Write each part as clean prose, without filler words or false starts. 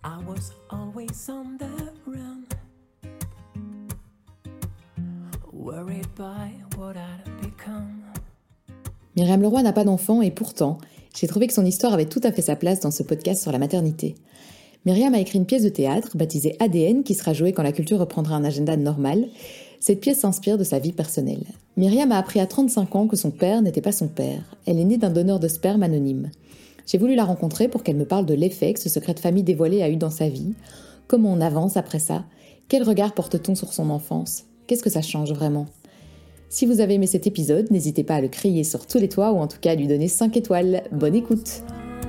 I was always on the run, worried by what I'd become. Myriam Leroy n'a pas d'enfant et pourtant, j'ai trouvé que son histoire avait tout à fait sa place dans ce podcast sur la maternité. Myriam a écrit une pièce de théâtre baptisée ADN qui sera jouée quand la culture reprendra un agenda normal. Cette pièce s'inspire de sa vie personnelle. Myriam a appris à 35 ans que son père n'était pas son père. Elle est née d'un donneur de sperme anonyme. J'ai voulu la rencontrer pour qu'elle me parle de l'effet que ce secret de famille dévoilé a eu dans sa vie. Comment on avance après ça? Quel regard porte-t-on sur son enfance? Qu'est-ce que ça change vraiment? Si vous avez aimé cet épisode, n'hésitez pas à le crier sur tous les toits ou en tout cas à lui donner 5 étoiles. Bonne écoute!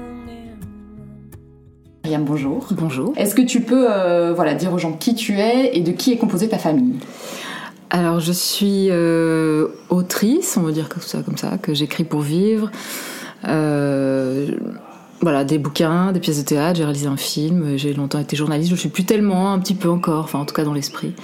Myriam, bonjour. Bonjour. Est-ce que tu peux dire aux gens qui tu es et de qui est composée ta famille? Alors, je suis autrice, on va dire comme ça, que j'écris pour vivre. Des bouquins, des pièces de théâtre, j'ai réalisé un film, j'ai longtemps été journaliste, je ne suis plus tellement, un petit peu encore, en tout cas dans l'esprit.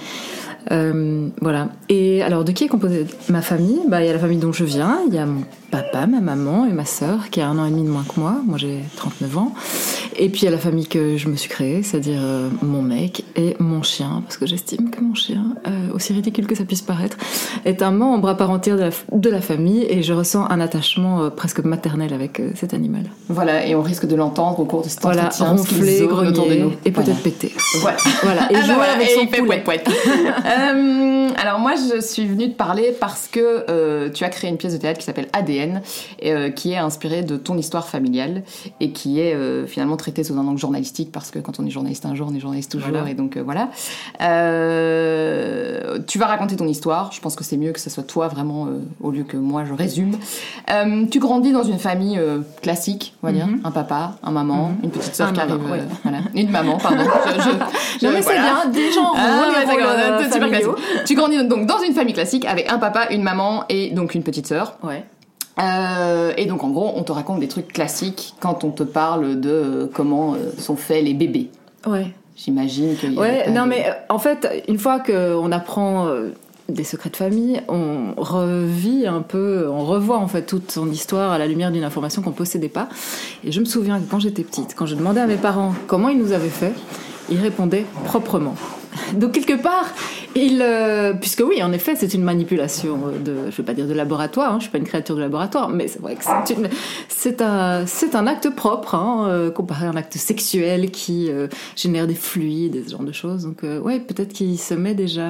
Et alors, de qui est composée ma famille? Il y a la famille dont je viens, il y a mon papa, ma maman et ma sœur qui a 1 an et demi de moins que moi j'ai 39 ans. Et puis il y a la famille que je me suis créée, c'est-à-dire mon mec et mon chien, parce que j'estime que mon chien, aussi ridicule que ça puisse paraître, est un membre à part entière de la famille, et je ressens un attachement presque maternel avec cet animal. Voilà, et on risque de l'entendre au cours de cet entretien, ronfler, grogner, autour de nous. Et peut-être péter. Voilà. Et jouer avec son poulet. Alors moi, je suis venue te parler parce que tu as créé une pièce de théâtre qui s'appelle ADN, qui est inspirée de ton histoire familiale et qui est finalement traitée sous un angle journalistique, parce que quand on est journaliste un jour, on est journaliste toujours, voilà. Et donc voilà. Tu vas raconter ton histoire, je pense que c'est mieux que ce soit toi vraiment au lieu que moi je résume. Tu grandis dans une famille classique, on va dire, un papa, un maman, une petite sœur qui arrive, une maman, pardon. Non mais c'est bien, des gens familiaux. Tu grandis donc dans une famille classique avec un papa, une maman et donc une petite sœur. Ouais. Et donc en gros on te raconte des trucs classiques quand on te parle de comment sont faits les bébés. Ouais. J'imagine qu'il y a mais en fait une fois qu'on apprend des secrets de famille, on revit un peu, on revoit en fait toute son histoire à la lumière d'une information qu'on possédait pas. Et je me souviens que quand j'étais petite, quand je demandais à mes parents comment ils nous avaient fait, ils répondaient proprement. Donc quelque part, puisque oui, en effet, c'est une manipulation je vais pas dire de laboratoire, je suis pas une créature de laboratoire, mais c'est vrai que c'est un acte propre, comparé à un acte sexuel qui génère des fluides et ce genre de choses. Donc peut-être qu'il se met déjà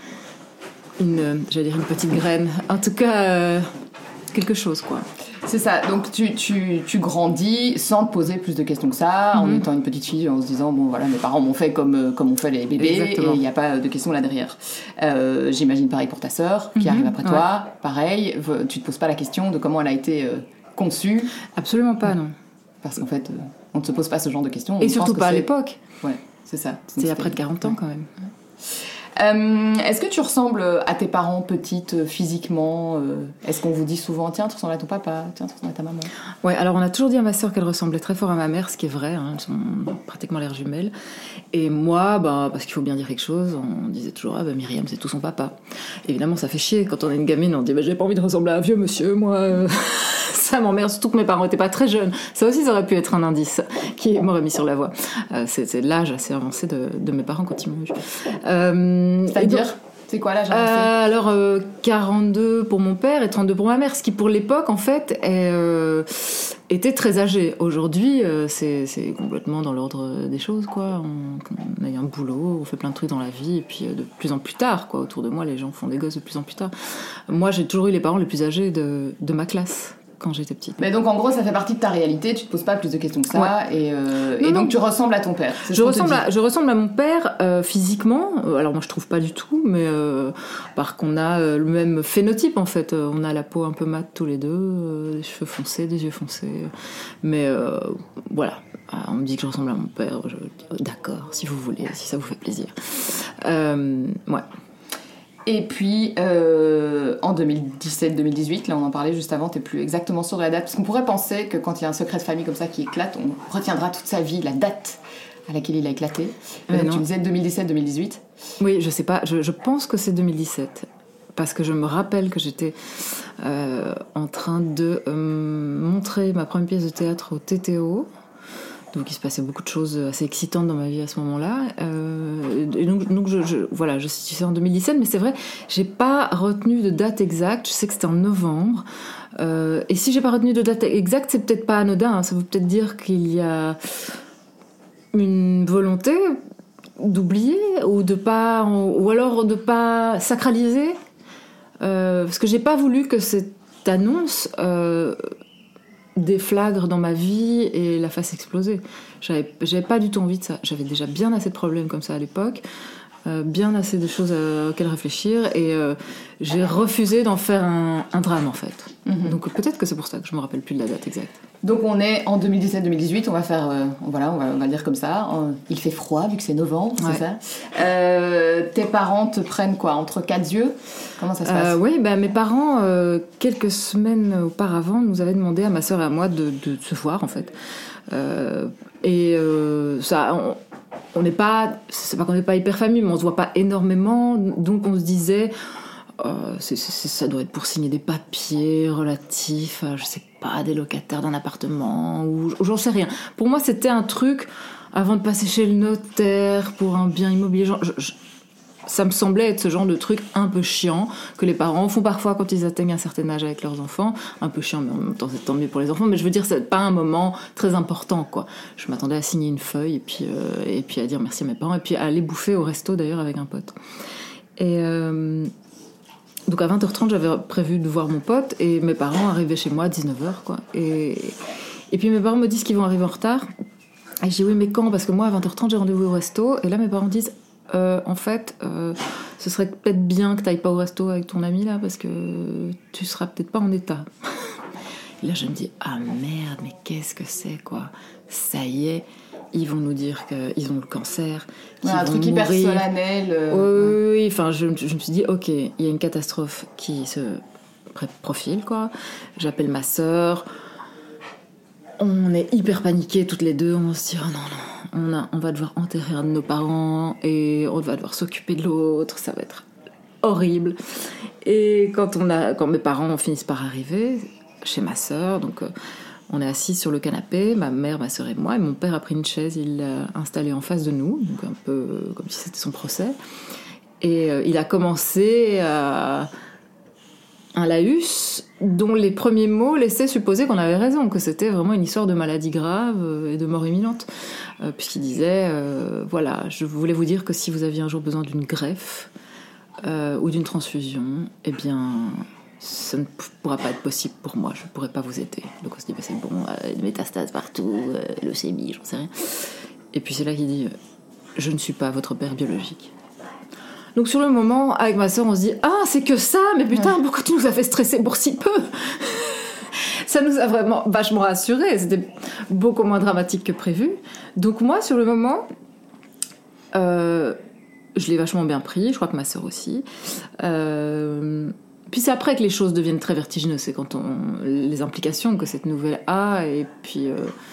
une petite graine, en tout cas quelque chose quoi. C'est ça, donc tu grandis sans te poser plus de questions que ça, en étant une petite fille, en se disant mes parents m'ont fait comme on fait les bébés. Exactement. Et il n'y a pas de questions là derrière. J'imagine pareil pour ta sœur qui arrive après toi, pareil, tu te poses pas la question de comment elle a été conçue. Absolument pas, non. Parce qu'en fait, on ne se pose pas ce genre de questions. Et surtout pas à l'époque. Ouais, c'est ça. C'était il y a près de 40 ans quand même. Est-ce que tu ressembles à tes parents petites physiquement? Est-ce qu'on vous dit souvent tiens tu ressembles à ton papa, tiens tu ressembles à ta maman? Ouais, alors on a toujours dit à ma sœur qu'elle ressemblait très fort à ma mère, ce qui est vrai, elles sont pratiquement l'air jumelles. Et moi, parce qu'il faut bien dire quelque chose, on disait toujours Myriam c'est tout son papa. Évidemment ça fait chier quand on est une gamine, on dit j'ai pas envie de ressembler à un vieux monsieur, moi ça m'emmerde, surtout que mes parents étaient pas très jeunes. Ça aussi ça aurait pu être un indice qui m'aurait mis sur la voie. C'est l'âge assez avancé de mes parents quand ils m'ont eu. C'est-à-dire c'est quoi l'âge avancé? 42 pour mon père et 32 pour ma mère, ce qui pour l'époque en fait était très âgé. Aujourd'hui c'est complètement dans l'ordre des choses quoi. On a eu un boulot, on fait plein de trucs dans la vie et puis de plus en plus tard quoi. Autour de moi les gens font des gosses de plus en plus tard. Moi j'ai toujours eu les parents les plus âgés de ma classe quand j'étais petite. Mais donc en gros ça fait partie de ta réalité, tu te poses pas plus de questions que ça, et donc tu ressembles à ton père. Je ressemble à mon père physiquement, alors moi je trouve pas du tout, mais parce qu'on a le même phénotype en fait, on a la peau un peu mate tous les deux, des cheveux foncés, des yeux foncés, mais voilà, on me dit que je ressemble à mon père, je dis d'accord si vous voulez, si ça vous fait plaisir. Ouais. Et puis, en 2017-2018, là on en parlait juste avant, t'es plus exactement sur la date, parce qu'on pourrait penser que quand il y a un secret de famille comme ça qui éclate, on retiendra toute sa vie la date à laquelle il a éclaté. Tu me disais 2017-2018 ? Oui, je sais pas, je pense que c'est 2017. Parce que je me rappelle que j'étais en train de montrer ma première pièce de théâtre au TTO. Donc il se passait beaucoup de choses assez excitantes dans ma vie à ce moment-là. Et donc je situe ça en 2017, mais c'est vrai, j'ai pas retenu de date exacte. Je sais que c'était en novembre. Et si j'ai pas retenu de date exacte, c'est peut-être pas anodin. Hein. Ça veut peut-être dire qu'il y a une volonté d'oublier ou alors de pas sacraliser. Parce que j'ai pas voulu que cette annonce déflagre dans ma vie et la fasse exploser. J'avais pas du tout envie de ça. J'avais déjà bien assez de problèmes comme ça à l'époque, bien assez de choses auxquelles réfléchir, et j'ai refusé d'en faire un drame en fait. Mm-hmm. Donc peut-être que c'est pour ça que je me rappelle plus de la date exacte. Donc on est en 2017-2018, on va faire, on va dire comme ça. Il fait froid vu que c'est novembre, c'est ça. Tes parents te prennent quoi, entre quatre yeux? Comment ça se passe? Oui, mes parents, quelques semaines auparavant, nous avaient demandé à ma sœur et à moi de se voir en fait. Ça, on n'est pas, c'est pas qu'on n'est pas hyper famille, mais on se voit pas énormément, donc on se disait. Ça doit être pour signer des papiers relatifs à, je sais pas, des locataires d'un appartement, ou j'en sais rien. Pour moi, c'était un truc avant de passer chez le notaire pour un bien immobilier. Ça me semblait être ce genre de truc un peu chiant que les parents font parfois quand ils atteignent un certain âge avec leurs enfants. Un peu chiant, mais en même temps, c'est tant mieux pour les enfants. Mais je veux dire, c'est pas un moment très important, quoi. Je m'attendais à signer une feuille et puis à dire merci à mes parents et puis à aller bouffer au resto d'ailleurs avec un pote. Donc à 20h30, j'avais prévu de voir mon pote et mes parents arrivaient chez moi à 19h, quoi. Et puis mes parents me disent qu'ils vont arriver en retard. Et je dis oui, mais quand? Parce que moi, à 20h30, j'ai rendez-vous au resto. Et là, mes parents disent en fait, ce serait peut-être bien que t'ailles pas au resto avec ton ami, là, parce que tu seras peut-être pas en état. Et là, je me dis ah merde, mais qu'est-ce que c'est, quoi? Ça y est. Ils vont nous dire qu'ils ont le cancer, qu'ils un vont truc mourir. Hyper solennel. Oui. Enfin, je me suis dit, ok, il y a une catastrophe qui se profile, quoi. J'appelle ma sœur. On est hyper paniqués toutes les deux. On se dit, oh non, on va devoir enterrer un de nos parents et on va devoir s'occuper de l'autre. Ça va être horrible. Et quand mes parents finissent par arriver chez ma sœur, donc. On est assis sur le canapé, ma mère, ma sœur et moi, et mon père a pris une chaise, il l'a installée en face de nous, donc un peu comme si c'était son procès. Et il a commencé un laïus dont les premiers mots laissaient supposer qu'on avait raison, que c'était vraiment une histoire de maladie grave et de mort imminente. Puisqu'il disait, voilà, je voulais vous dire que si vous aviez un jour besoin d'une greffe ou d'une transfusion, eh bien... ça ne pourra pas être possible pour moi, je ne pourrai pas vous aider. Donc on se dit, c'est bon, des métastases partout, leucémie, j'en sais rien. Et puis c'est là qu'il dit, je ne suis pas votre père biologique. Donc sur le moment, avec ma sœur, on se dit, ah, c'est que ça, mais putain, pourquoi tu nous as fait stresser pour si peu? Ça nous a vraiment vachement rassurés, c'était beaucoup moins dramatique que prévu. Donc moi, sur le moment, je l'ai vachement bien pris, je crois que ma sœur aussi. Puis c'est après que les choses deviennent très vertigineuses, c'est quand les implications que cette nouvelle a, et puis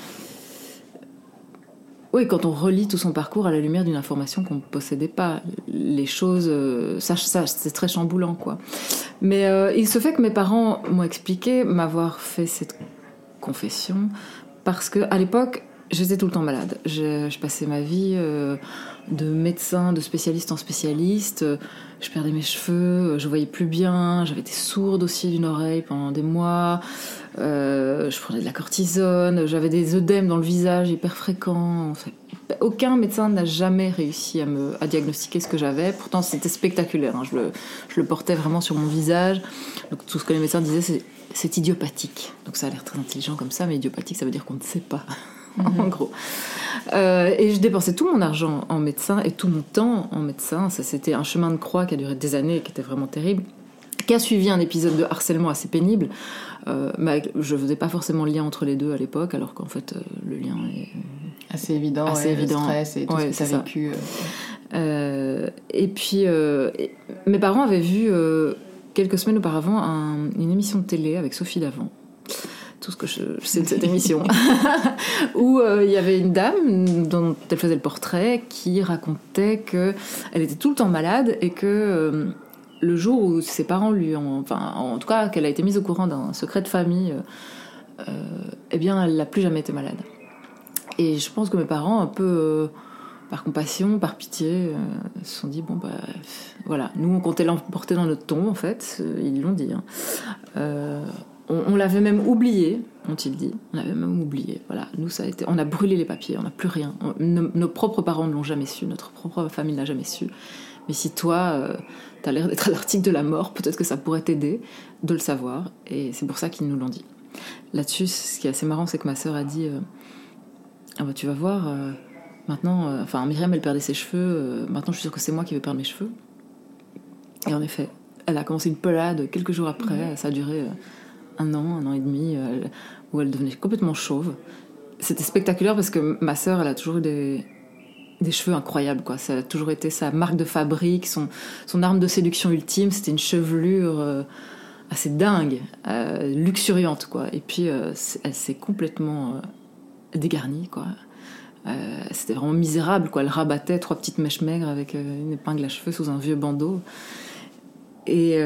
quand on relit tout son parcours à la lumière d'une information qu'on ne possédait pas, les choses, ça c'est très chamboulant, quoi. Mais il se fait que mes parents m'ont expliqué m'avoir fait cette confession parce que à l'époque j'étais tout le temps malade. Je passais ma vie de médecin, de spécialiste en spécialiste. Je perdais mes cheveux, je voyais plus bien, j'avais été sourde aussi d'une oreille pendant des mois. Je prenais de la cortisone, j'avais des œdèmes dans le visage hyper fréquents. Enfin, aucun médecin n'a jamais réussi à diagnostiquer ce que j'avais. Pourtant, c'était spectaculaire. Hein. Je le portais vraiment sur mon visage. Donc, tout ce que les médecins disaient, c'est idiopathique. Donc, ça a l'air très intelligent comme ça, mais idiopathique, ça veut dire qu'on ne sait pas. En gros. Et je dépensais tout mon argent en médecin et tout mon temps en médecin. Ça, c'était un chemin de croix qui a duré des années et qui était vraiment terrible, qui a suivi un épisode de harcèlement assez pénible. Mais je faisais pas forcément le lien entre les deux à l'époque, alors qu'en fait le lien est assez évident, le stress et tout ce que tu as vécu. Et puis mes parents avaient vu quelques semaines auparavant une émission de télé avec Sophie Davant. Tout ce que je sais de cette émission, où il y avait une dame dont elle faisait le portrait qui racontait qu'elle était tout le temps malade et que le jour où ses parents en tout cas qu'elle a été mise au courant d'un secret de famille, eh bien elle n'a plus jamais été malade. Et je pense que mes parents, un peu par compassion, par pitié, se sont dit bon bah voilà, nous on comptait l'emporter dans notre tombe en fait, ils l'ont dit. On l'avait même oublié, ont-ils dit. On l'avait même oublié. Voilà, nous ça a été, on a brûlé les papiers, on n'a plus rien. Nos propres parents ne l'ont jamais su, notre propre famille n'a jamais su. Mais si toi, t'as l'air d'être à l'article de la mort, peut-être que ça pourrait t'aider de le savoir. Et c'est pour ça qu'ils nous l'ont dit. Là-dessus, ce qui est assez marrant, c'est que ma sœur a dit ah bah tu vas voir, maintenant, Myriam elle perdait ses cheveux, maintenant je suis sûre que c'est moi qui vais perdre mes cheveux. Et en effet, elle a commencé une pelade quelques jours après, ça a duré 1 an et demi, où elle devenait complètement chauve. C'était spectaculaire parce que ma sœur, elle a toujours eu des cheveux incroyables, quoi. Ça a toujours été sa marque de fabrique, son arme de séduction ultime, c'était une chevelure assez dingue, luxuriante, quoi. Et puis elle s'est complètement dégarnie, quoi. C'était vraiment misérable, quoi. Elle rabattait 3 petites mèches maigres avec une épingle à cheveux sous un vieux bandeau. Et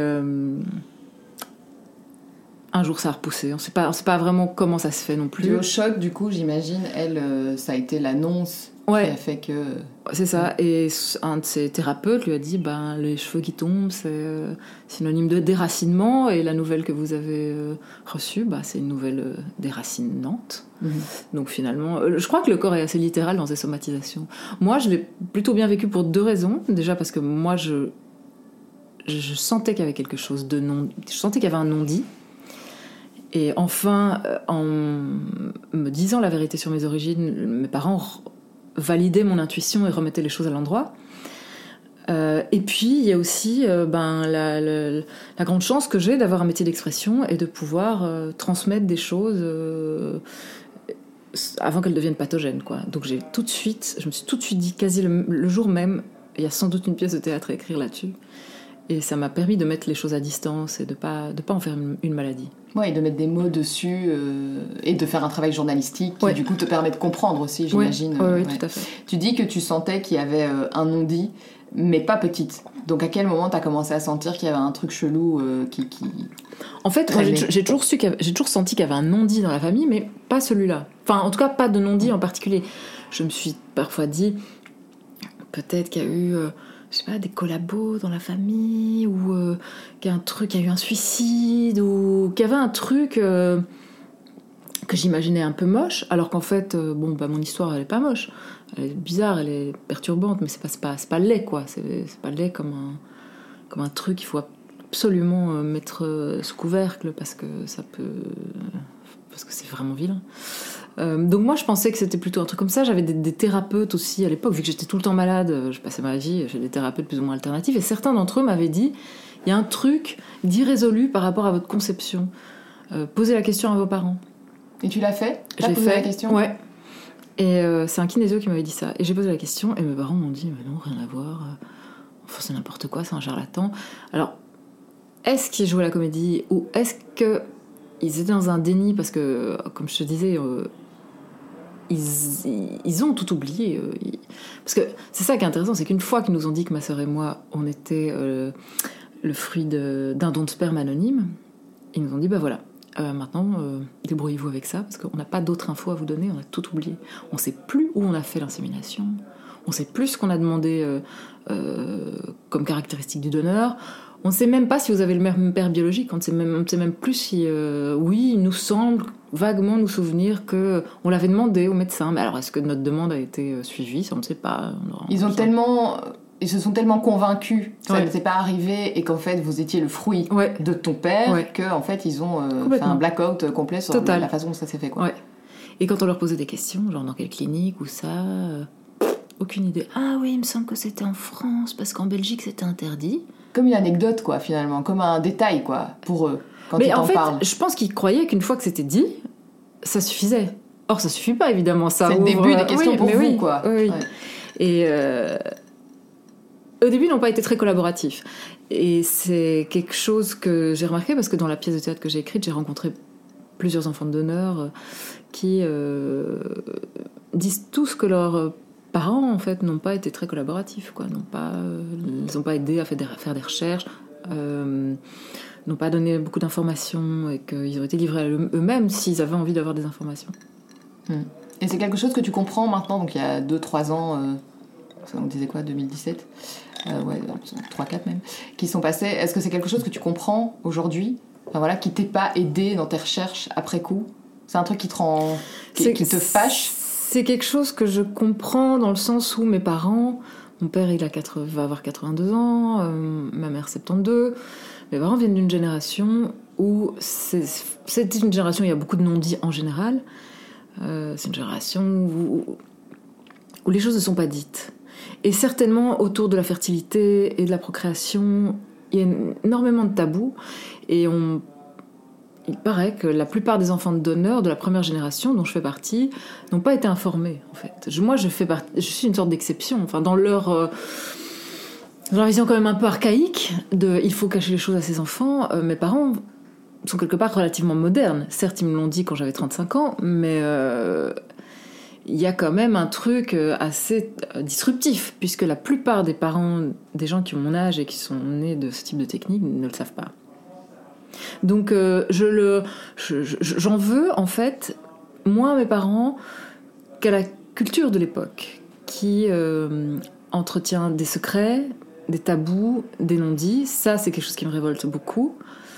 un jour ça a repoussé. On sait pas vraiment comment ça se fait non plus. Dû au choc, du coup, j'imagine, elle, ça a été l'annonce qui a fait que... C'est ça. Et un de ses thérapeutes lui a dit les cheveux qui tombent, c'est synonyme de déracinement. Et la nouvelle que vous avez reçue, c'est une nouvelle déracinante. Donc finalement, je crois que le corps est assez littéral dans ses somatisations. Moi, je l'ai plutôt bien vécu pour 2 raisons. Déjà parce que moi, je sentais qu'il y avait quelque chose de non... Je sentais qu'il y avait un non-dit. Et enfin, en me disant la vérité sur mes origines, mes parents validaient mon intuition et remettaient les choses à l'endroit. Et puis, il y a aussi la grande chance que j'ai d'avoir un métier d'expression et de pouvoir transmettre des choses avant qu'elles deviennent pathogènes, quoi. Donc je me suis tout de suite dit, quasi le jour même, il y a sans doute une pièce de théâtre à écrire là-dessus. Et ça m'a permis de mettre les choses à distance et de pas en faire une maladie. Ouais, et de mettre des mots dessus et de faire un travail journalistique qui, du coup, te permet de comprendre aussi, j'imagine. Oui, tout à fait. Tu dis que tu sentais qu'il y avait un non-dit, mais pas petite. Donc, à quel moment t'as commencé à sentir qu'il y avait un truc chelou qui... En fait, moi, j'ai toujours senti qu'il y avait un non-dit dans la famille, mais pas celui-là. Enfin, en tout cas, pas de non-dit en particulier. Je me suis parfois dit, peut-être qu'il y a eu... je sais pas, des collabos dans la famille, ou qu'il y a eu un suicide, ou qu'il y avait un truc que j'imaginais un peu moche, alors qu'en fait, mon histoire, elle est pas moche. Elle est bizarre, elle est perturbante, mais c'est pas laid, quoi. C'est pas laid comme un truc qu'il faut absolument mettre sous couvercle, parce que c'est vraiment vilain. Donc moi je pensais que c'était plutôt un truc comme ça. J'avais des thérapeutes aussi à l'époque, vu que j'étais tout le temps malade, je passais ma vie chez des thérapeutes plus ou moins alternatifs, et certains d'entre eux m'avaient dit, il y a un truc d'irrésolu par rapport à votre conception, posez la question à vos parents. Et tu l'as fait? J'ai posé la question? Ouais. Et c'est un kinésio qui m'avait dit ça, et j'ai posé la question et mes parents m'ont dit mais non, rien à voir, enfin c'est n'importe quoi, c'est un charlatan. Alors est-ce qu'ils jouaient la comédie, ou est-ce que ils étaient dans un déni parce que, comme je te disais, ils ont tout oublié. Parce que c'est ça qui est intéressant, c'est qu'une fois qu'ils nous ont dit que ma sœur et moi, on était le fruit d'un don de sperme anonyme, ils nous ont dit, voilà, maintenant, débrouillez-vous avec ça, parce qu'on n'a pas d'autres infos à vous donner, on a tout oublié. On ne sait plus où on a fait l'insémination, on ne sait plus ce qu'on a demandé comme caractéristique du donneur. On ne sait même pas si vous avez le même père biologique, on ne sait même plus si... oui, il nous semble vaguement nous souvenir qu'on l'avait demandé au médecin. Mais alors, est-ce que notre demande a été suivie? Ça, on ne sait pas. Ils se sont tellement convaincus que ça n'était pas arrivé et qu'en fait, vous étiez le fruit de ton père, qu'en fait, ils ont fait un blackout complet sur la façon dont ça s'est fait, quoi. Ouais. Et quand on leur posait des questions, genre dans quelle clinique ou ça... aucune idée. Ah oui, il me semble que c'était en France, parce qu'en Belgique, c'était interdit. Comme une anecdote, quoi, finalement, comme un détail, quoi, pour eux, quand mais ils t'en en fait, parlent. Je pense qu'ils croyaient qu'une fois que c'était dit, ça suffisait. Or, ça suffit pas, évidemment. Ça c'est le début des questions pour vous, quoi. Oui. Ouais. Et au début, ils n'ont pas été très collaboratifs. Et c'est quelque chose que j'ai remarqué, parce que dans la pièce de théâtre que j'ai écrite, j'ai rencontré plusieurs enfants de donneurs qui disent tous que leurs parents, en fait, n'ont pas été très collaboratifs, quoi. Ils n'ont pas aidé à faire des recherches, n'ont pas donné beaucoup d'informations, et qu'ils ont été livrés à eux-mêmes s'ils avaient envie d'avoir des informations. Et c'est quelque chose que tu comprends maintenant, donc il y a 2-3 ans, on disait quoi, 2017 ouais, 3-4 même, qui sont passés. Est-ce que c'est quelque chose que tu comprends aujourd'hui, enfin, voilà, qui t'ait pas aidé dans tes recherches après coup? C'est un truc qui te rend... qui te fâche? C'est quelque chose que je comprends dans le sens où mes parents... Mon père, va avoir 82 ans, ma mère 72. Mes parents viennent d'une génération où... C'est une génération où il y a beaucoup de non-dits en général. C'est une génération où les choses ne sont pas dites. Et certainement, autour de la fertilité et de la procréation, il y a énormément de tabous. Et il paraît que la plupart des enfants de donneurs de la première génération, dont je fais partie, n'ont pas été informés, en fait. Moi, je suis une sorte d'exception. Enfin, dans leur vision quand même un peu archaïque de « il faut cacher les choses à ses enfants », mes parents sont quelque part relativement modernes. Certes, ils me l'ont dit quand j'avais 35 ans, mais il y a quand même un truc assez disruptif, puisque la plupart des parents, des gens qui ont mon âge et qui sont nés de ce type de technique, ne le savent pas. Donc j'en veux en fait moins à mes parents qu'à la culture de l'époque qui entretient des secrets, des tabous, des non-dits. Ça, c'est quelque chose qui me révolte beaucoup.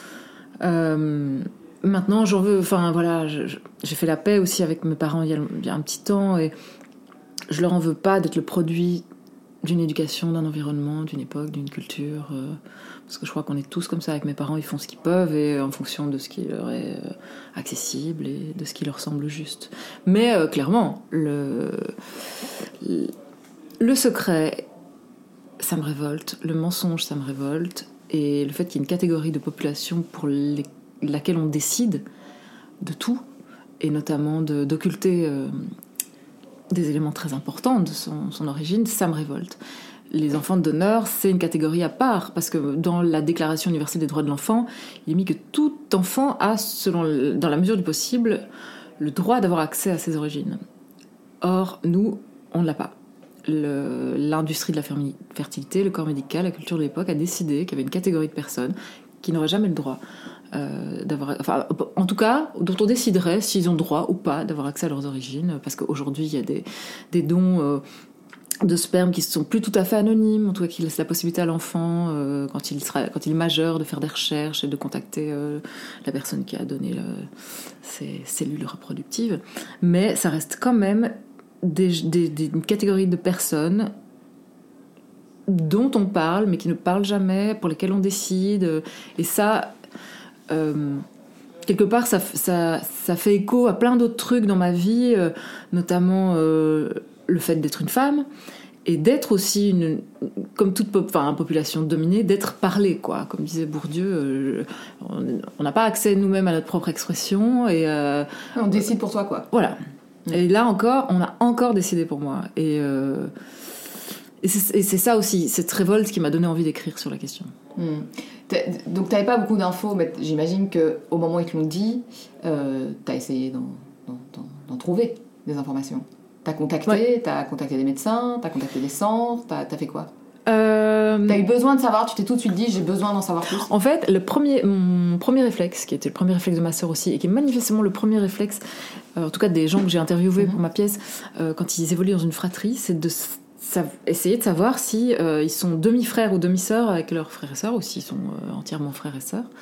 Maintenant, j'en veux... Enfin, voilà, j'ai fait la paix aussi avec mes parents il y a un petit temps et je leur en veux pas d'être le produit d'une éducation, d'un environnement, d'une époque, d'une culture... parce que je crois qu'on est tous comme ça avec mes parents, ils font ce qu'ils peuvent et en fonction de ce qui leur est accessible et de ce qui leur semble juste. Mais clairement, le secret, ça me révolte, le mensonge, ça me révolte, et le fait qu'il y ait une catégorie de population pour laquelle on décide de tout, et notamment d'occulter des éléments très importants de son origine, ça me révolte. Les enfants de donneurs, c'est une catégorie à part, parce que dans la Déclaration universelle des droits de l'enfant, il est mis que tout enfant a, dans la mesure du possible, le droit d'avoir accès à ses origines. Or, nous, on ne l'a pas. L'industrie de la fertilité, le corps médical, la culture de l'époque a décidé qu'il y avait une catégorie de personnes qui n'auraient jamais le droit d'avoir... Enfin, en tout cas, dont on déciderait s'ils ont droit ou pas d'avoir accès à leurs origines, parce qu'aujourd'hui, il y a des dons... de sperme qui sont plus tout à fait anonymes, en tout cas qui laissent la possibilité à l'enfant, quand il est majeur, de faire des recherches et de contacter la personne qui a donné ses cellules reproductives. Mais ça reste quand même une catégorie de personnes dont on parle, mais qui ne parlent jamais, pour lesquelles on décide. Et ça, quelque part, ça fait écho à plein d'autres trucs dans ma vie, notamment... le fait d'être une femme et d'être aussi comme toute population dominée, d'être parlée, quoi. Comme disait Bourdieu, on n'a pas accès nous-mêmes à notre propre expression et on décide pour toi, quoi. Voilà. Et là encore, on a encore décidé pour moi. Et c'est ça aussi, cette révolte qui m'a donné envie d'écrire sur la question. Donc t'avais pas beaucoup d'infos, mais j'imagine qu'au moment où ils te l'ont dit, t'as essayé d'en trouver des informations. T'as contacté des médecins, t'as contacté des centres, t'as fait quoi? T'as eu besoin de savoir, tu t'es tout de suite dit j'ai besoin d'en savoir plus? En fait, mon premier réflexe, qui était le premier réflexe de ma sœur aussi, et qui est manifestement le premier réflexe, en tout cas des gens que j'ai interviewés pour ma pièce, quand ils évoluent dans une fratrie, c'est essayer de savoir si ils sont demi-frères ou demi-sœurs avec leurs frères et sœurs, ou s'ils sont entièrement frères et sœurs.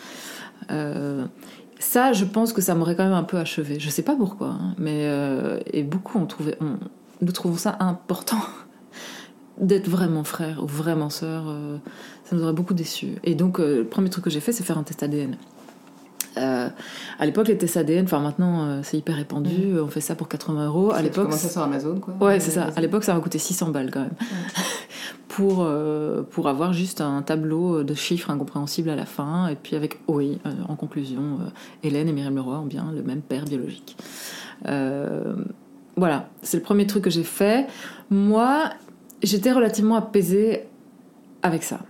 Ça, je pense que ça m'aurait quand même un peu achevé. Je sais pas pourquoi, hein, mais et beaucoup nous trouvons ça important d'être vraiment frère ou vraiment sœur. Ça nous aurait beaucoup déçus. Et donc, le premier truc que j'ai fait, c'est faire un test ADN. À l'époque, les tests ADN, enfin maintenant, c'est hyper répandu. On fait ça pour 80 €. À l'époque, commençais sur Amazon, quoi. Ouais, c'est ça. À l'époque, ça m'a coûté 600 balles quand même. Pour avoir juste un tableau de chiffres incompréhensibles à la fin, et puis avec en conclusion, Hélène et Myriam Leroy ont bien le même père biologique. Voilà, c'est le premier truc que j'ai fait. Moi, j'étais relativement apaisée avec ça.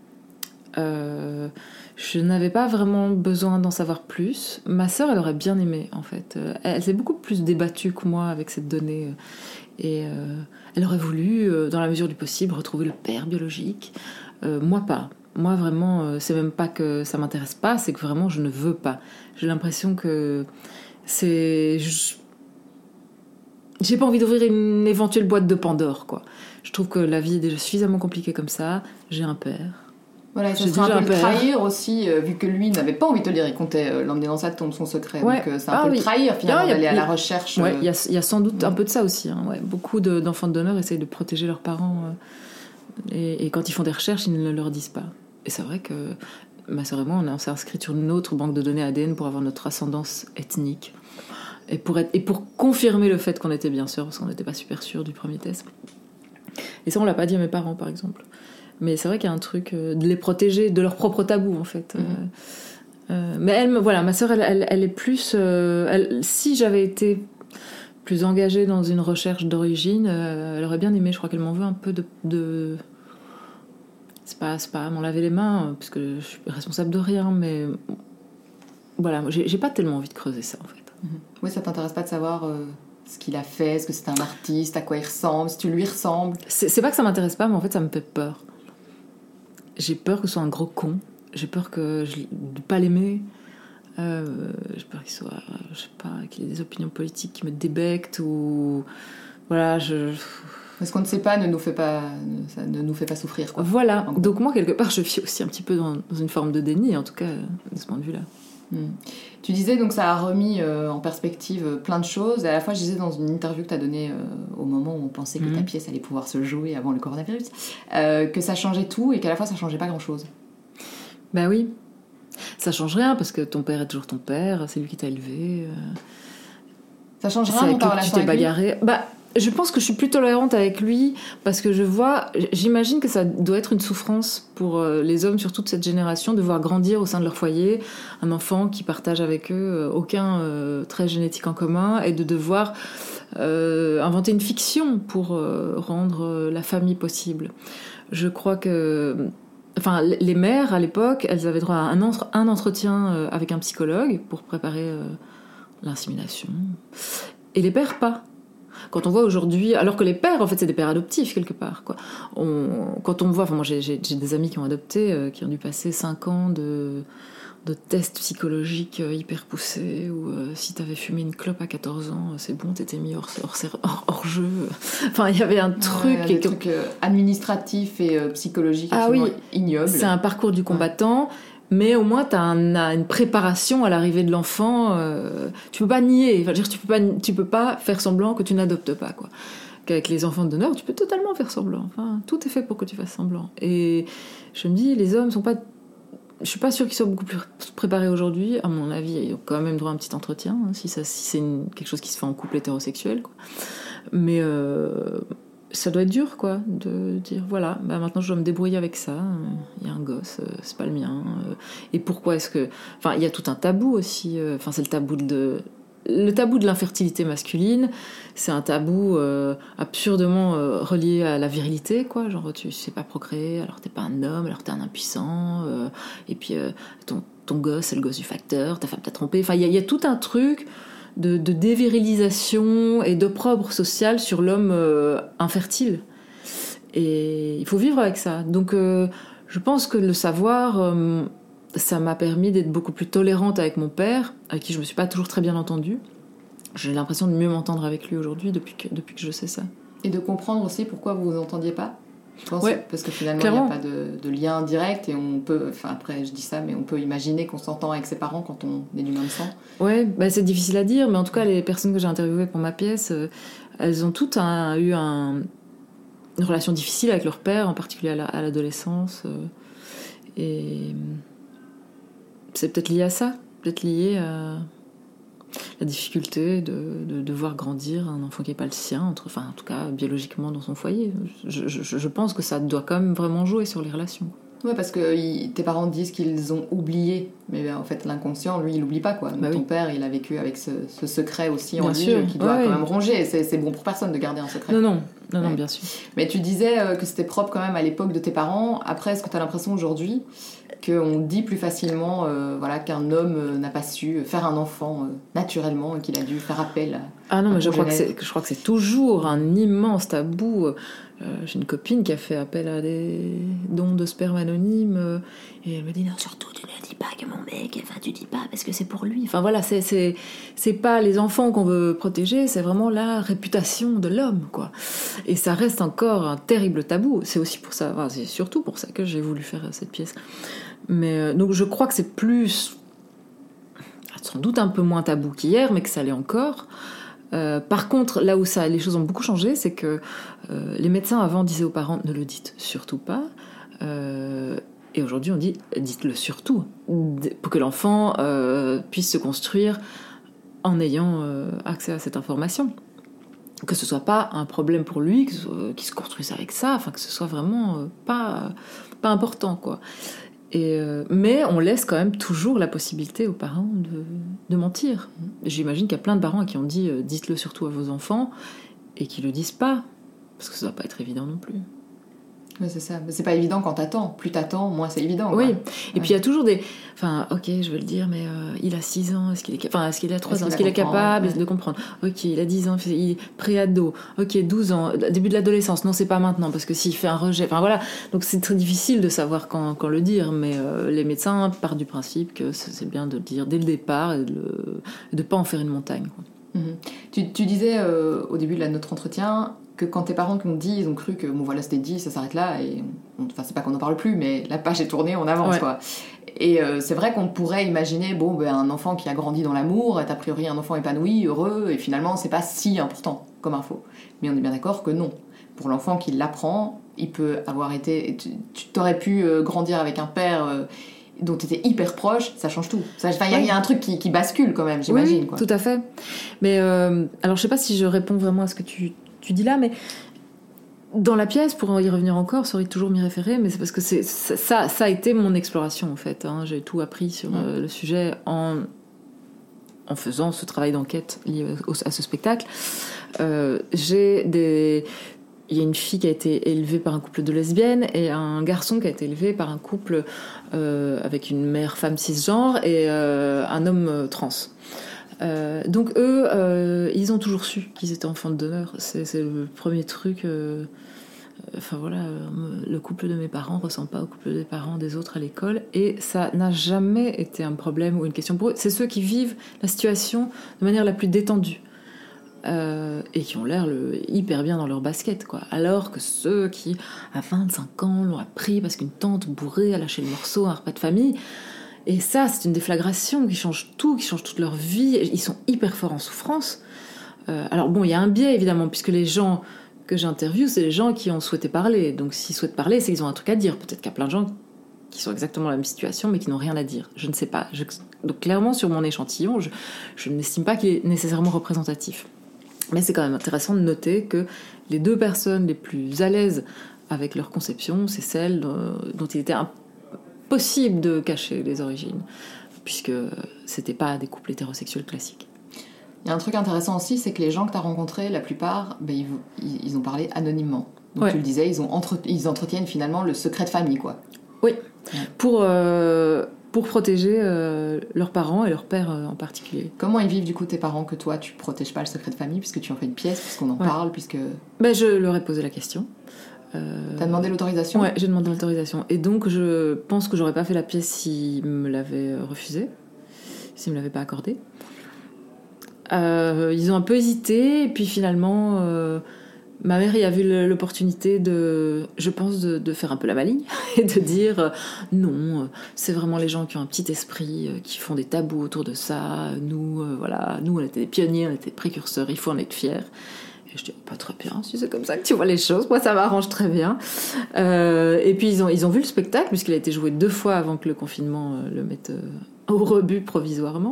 Je n'avais pas vraiment besoin d'en savoir plus. Ma sœur, elle aurait bien aimé, en fait. Elle s'est beaucoup plus débattue que moi avec cette donnée. Et elle aurait voulu, dans la mesure du possible, retrouver le père biologique. Moi, pas. Moi, vraiment, c'est même pas que ça m'intéresse pas, c'est que vraiment, je ne veux pas. J'ai l'impression que c'est... j'ai pas envie d'ouvrir une éventuelle boîte de Pandore, quoi. Je trouve que la vie est déjà suffisamment compliquée comme ça. J'ai un père. Voilà, ça serait un peu le trahir aussi, vu que lui n'avait pas envie de te le dire, il comptait l'emmener dans sa tombe, son secret. Ouais. Donc c'est un peu le trahir, finalement, d'aller à la recherche. Ouais, il y a sans doute un peu de ça aussi. Hein. Ouais. Beaucoup d'enfants de donneurs essayent de protéger leurs parents. Et quand ils font des recherches, ils ne leur disent pas. Et c'est vrai que ma sœur et moi, on s'est inscrits sur une autre banque de données ADN pour avoir notre ascendance ethnique. Et pour confirmer le fait qu'on était bien sûr, parce qu'on n'était pas super sûr du premier test. Et ça, on l'a pas dit à mes parents, par exemple. Mais c'est vrai qu'il y a un truc de les protéger de leur propre tabou, en fait. Mais ma sœur, elle est plus... si j'avais été plus engagée dans une recherche d'origine, elle aurait bien aimé, je crois qu'elle m'en veut un peu de... C'est pas m'en laver les mains, parce que je suis responsable de rien, mais... Voilà, j'ai pas tellement envie de creuser ça, en fait. Oui, ça t'intéresse pas de savoir ce qu'il a fait, est-ce que c'est un artiste, à quoi il ressemble, si tu lui ressembles? C'est pas que ça m'intéresse pas, mais en fait, ça me fait peur. J'ai peur que ce soit un gros con. J'ai peur de pas l'aimer. J'ai peur qu'il soit, je sais pas, qu'il ait des opinions politiques qui me débectent ou voilà. Ce qu'on ne sait pas ça ne nous fait pas souffrir, quoi. Voilà. Donc moi, quelque part, je vis aussi un petit peu dans une forme de déni, en tout cas, de ce point de vue-là. Tu disais donc ça a remis en perspective plein de choses, et à la fois je disais dans une interview que tu as donnée au moment où on pensait que ta pièce allait pouvoir se jouer avant le coronavirus, que ça changeait tout et qu'à la fois ça changeait pas grand chose. Bah oui, ça change rien parce que ton père est toujours ton père, c'est lui qui t'a élevé. Ça change rien dans ta relation avec lui? Tu t'es bagarré. Bah, je pense que je suis plus tolérante avec lui parce que j'imagine que ça doit être une souffrance pour les hommes, surtout de cette génération, de voir grandir au sein de leur foyer un enfant qui partage avec eux aucun trait génétique en commun et de devoir inventer une fiction pour rendre la famille possible. Je crois que... Enfin, les mères, à l'époque, elles avaient droit à un entretien avec un psychologue pour préparer l'insémination. Et les pères, pas. Quand on voit aujourd'hui, alors que les pères, en fait, c'est des pères adoptifs quelque part, quoi. Quand on voit, enfin, moi j'ai des amis qui ont adopté, qui ont dû passer 5 ans de tests psychologiques hyper poussés, où si t'avais fumé une clope à 14 ans, c'est bon, t'étais mis hors jeu. Enfin, il y avait un truc... des trucs administratifs et psychologiques ignobles. C'est un parcours du combattant. Mais au moins t'as une préparation à l'arrivée de l'enfant. Tu peux pas nier, enfin, tu peux pas faire semblant que tu n'adoptes pas, quoi. Qu'avec les enfants de donneurs, tu peux totalement faire semblant. Enfin, tout est fait pour que tu fasses semblant. Et je me dis, les hommes sont pas... Je suis pas sûre qu'ils soient beaucoup plus préparés aujourd'hui. À mon avis, ils ont quand même droit à un petit entretien, hein, si c'est quelque chose qui se fait en couple hétérosexuel, quoi. Mais ça doit être dur, quoi, de dire voilà, bah maintenant je dois me débrouiller avec ça. Il y a un gosse, c'est pas le mien. Et pourquoi est-ce que... Enfin, il y a tout un tabou aussi. Enfin, c'est le tabou de l'infertilité masculine. C'est un tabou absurdement relié à la virilité, quoi. Genre, tu sais pas procréer, alors t'es pas un homme, alors t'es un impuissant. Et puis, ton gosse, c'est le gosse du facteur, ta femme t'a trompé. Enfin, il y a tout un truc de dévirilisation et d'opprobre social sur l'homme infertile. Et il faut vivre avec ça. Donc, je pense que le savoir... ça m'a permis d'être beaucoup plus tolérante avec mon père, avec qui je me suis pas toujours très bien entendue. J'ai l'impression de mieux m'entendre avec lui aujourd'hui depuis que je sais ça. Et de comprendre aussi pourquoi vous vous entendiez pas. Je pense parce que finalement il n'y a pas de lien direct et on peut, enfin après je dis ça, mais on peut imaginer qu'on s'entend avec ses parents quand on est du même sang. Ouais, bah c'est difficile à dire, mais en tout cas les personnes que j'ai interviewées pour ma pièce, elles ont toutes eu une relation difficile avec leur père, en particulier à l'adolescence. Et c'est peut-être lié à ça, peut-être lié à la difficulté de voir grandir un enfant qui n'est pas le sien, en tout cas biologiquement dans son foyer. Je pense que ça doit quand même vraiment jouer sur les relations. Ouais, parce que tes parents disent qu'ils ont oublié, mais en fait l'inconscient, lui, il n'oublie pas, quoi. Ton père, il a vécu avec ce secret aussi en lui qui doit quand même ronger. C'est bon pour personne de garder un secret. Non, bien sûr. Mais tu disais que c'était propre quand même à l'époque de tes parents. Après, est-ce que tu as l'impression aujourd'hui qu'on dit plus facilement qu'un homme n'a pas su faire un enfant naturellement et qu'il a dû faire appel Ah non, mais je crois que c'est toujours un immense tabou. J'ai une copine qui a fait appel à des dons de sperme anonymes et elle me dit non, surtout tu ne dis pas que mon mec, enfin tu dis pas parce que c'est pour lui. Enfin voilà, c'est pas les enfants qu'on veut protéger, c'est vraiment la réputation de l'homme, quoi. Et ça reste encore un terrible tabou. C'est aussi pour ça, c'est surtout pour ça que j'ai voulu faire cette pièce. Mais donc je crois que c'est plus, sans doute un peu moins tabou qu'hier, mais que ça l'est encore. Par contre, là où les choses ont beaucoup changé, c'est que les médecins avant disaient aux parents ne le dites surtout pas, et aujourd'hui on dit dites-le surtout, pour que l'enfant puisse se construire en ayant accès à cette information, que ce soit pas un problème pour lui, qu'il se construise avec ça, enfin que ce soit vraiment pas important, quoi. Mais on laisse quand même toujours la possibilité aux parents de mentir. J'imagine qu'il y a plein de parents qui ont dit dites-le surtout à vos enfants et qui le disent pas, parce que ça doit pas être évident non plus. Ouais, c'est ça. Mais c'est pas évident quand t'attends. Plus t'attends, moins c'est évident. Oui. Et puis il y a toujours des... Enfin, ok, je vais le dire, mais il a 6 ans, est-ce qu'il a 3 ans, est-ce qu'il est capable de comprendre? Ok, il a 10 ans, il est pré-ado. Ok, 12 ans, début de l'adolescence. Non, c'est pas maintenant, parce que s'il fait un rejet... Enfin voilà, donc c'est très difficile de savoir quand le dire, mais les médecins partent du principe que c'est bien de le dire dès le départ et de pas en faire une montagne, quoi. Tu disais au début de notre entretien que quand tes parents t'ont dit, ils ont cru que bon voilà c'était dit, ça s'arrête là et enfin c'est pas qu'on en parle plus, mais la page est tournée, on avance, ouais. Quoi. Et c'est vrai qu'on pourrait imaginer un enfant qui a grandi dans l'amour est a priori un enfant épanoui, heureux, et finalement c'est pas si important comme info. Mais on est bien d'accord que non. Pour l'enfant qui l'apprend, il peut avoir été... Tu t'aurais pu grandir avec un père... dont tu étais hyper proche, ça change tout. Il y a un truc qui bascule quand même, j'imagine. Oui, quoi. Tout à fait. Mais alors, je sais pas si je réponds vraiment à ce que tu dis là, mais dans la pièce, pour y revenir encore, ça aurait toujours m'y référer, mais c'est parce que ça a été mon exploration, en fait. Hein. J'ai tout appris sur le sujet en faisant ce travail d'enquête lié à ce spectacle. Il y a une fille qui a été élevée par un couple de lesbiennes et un garçon qui a été élevé par un couple avec une mère femme cisgenre et un homme trans. Donc eux, ils ont toujours su qu'ils étaient enfants de donneur. C'est le premier truc. Enfin voilà, le couple de mes parents ressemble pas au couple des parents des autres à l'école et ça n'a jamais été un problème ou une question pour eux. C'est ceux qui vivent la situation de manière la plus détendue. Et qui ont l'air hyper bien dans leur basket, quoi. Alors que ceux qui, à 25 ans, l'ont appris parce qu'une tante bourrée a lâché le morceau à un repas de famille. Et ça, c'est une déflagration qui change tout, qui change toute leur vie. Ils sont hyper forts en souffrance. Alors bon, il y a un biais, évidemment, puisque les gens que j'interviewe, c'est les gens qui ont souhaité parler. Donc s'ils souhaitent parler, c'est qu'ils ont un truc à dire. Peut-être qu'il y a plein de gens qui sont exactement dans la même situation, mais qui n'ont rien à dire. Je ne sais pas. Donc clairement, sur mon échantillon, je n'estime pas qu'il est nécessairement représentatif. Mais c'est quand même intéressant de noter que les deux personnes les plus à l'aise avec leur conception, c'est celles dont il était impossible de cacher les origines, puisque c'était pas des couples hétérosexuels classiques. Il y a un truc intéressant aussi, c'est que les gens que tu as rencontrés, la plupart, ils ont parlé anonymement. Donc ouais. Tu le disais, ils entretiennent finalement le secret de famille, quoi. Oui, ouais. Pour protéger leurs parents et leur père en particulier. Comment ils vivent du coup tes parents que toi tu protèges pas le secret de famille puisque tu en fais une pièce, puisqu'on en parle, puisque... Je leur ai posé la question. T'as demandé l'autorisation ? Ouais, j'ai demandé l'autorisation. Et donc je pense que j'aurais pas fait la pièce s'ils me l'avaient refusée, s'ils me l'avaient pas accordée. Ils ont un peu hésité et puis finalement... Ma mère y a vu l'opportunité de faire un peu la maligne et de dire non, c'est vraiment les gens qui ont un petit esprit, qui font des tabous autour de ça. Nous, on était des pionniers, on était des précurseurs, il faut en être fiers. Et je dis pas très bien, si c'est comme ça que tu vois les choses, moi ça m'arrange très bien. Et puis ils ont vu le spectacle puisqu'il a été joué 2 fois avant que le confinement le mette au rebut provisoirement.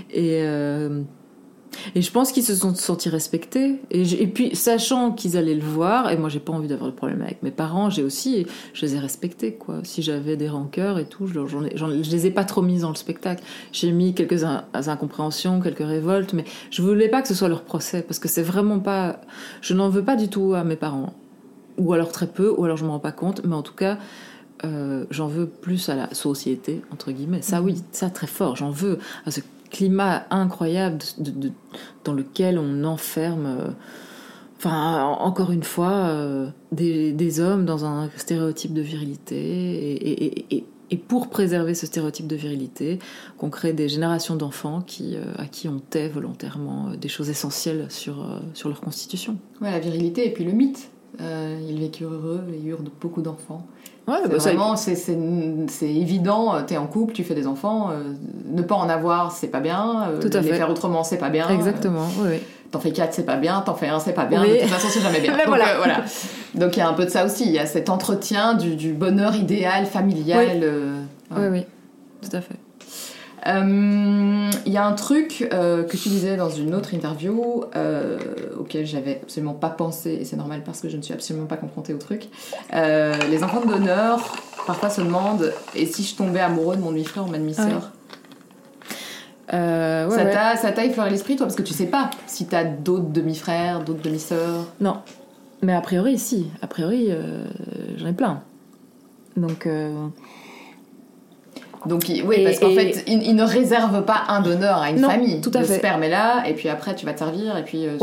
Et je pense qu'ils se sont sentis respectés. Et puis, sachant qu'ils allaient le voir, et moi, j'ai pas envie d'avoir de problème avec mes parents, je les ai respectés, quoi. Si j'avais des rancœurs et tout, je les ai pas trop mises dans le spectacle. J'ai mis quelques incompréhensions, quelques révoltes, mais je voulais pas que ce soit leur procès, parce que c'est vraiment pas... Je n'en veux pas du tout à mes parents. Ou alors très peu, ou alors je m'en rends pas compte, mais en tout cas... j'en veux plus à la société, entre guillemets. Ça, oui, ça, très fort. J'en veux à ceux climat incroyable dans lequel on enferme, encore une fois, des hommes dans un stéréotype de virilité, et pour préserver ce stéréotype de virilité, qu'on crée des générations d'enfants à qui on tait volontairement des choses essentielles sur leur constitution. Ouais, la virilité et puis le mythe. Ils vécurent heureux et eurent beaucoup d'enfants. Ouais, c'est évident, t'es en couple, tu fais des enfants, ne pas en avoir, c'est pas bien, Tout à les fait. faire autrement, c'est pas bien. Exactement, oui. T'en fais 4, c'est pas bien, t'en fais 1, c'est pas bien, Oui. de toute façon, c'est jamais bien. Mais Donc, voilà. Donc il y a un peu de ça aussi, il y a cet entretien du bonheur idéal, familial. Oui, tout à fait. Il y a un truc que tu disais dans une autre interview auquel j'avais absolument pas pensé, et c'est normal parce que je ne suis absolument pas confrontée au truc. Les enfants de donneurs parfois se demandent et si je tombais amoureux de mon demi-frère ou ma demi-sœur. Ça t'a effleuré l'esprit, toi, parce que tu sais pas si t'as d'autres demi-frères, d'autres demi-sœurs. Non, mais a priori, si. A priori, j'en ai plein. Donc, oui, parce qu'en fait, il ne réserve pas un donneur à une famille. Tout à fait. Le sperme est là, et puis après, tu vas te servir, et puis...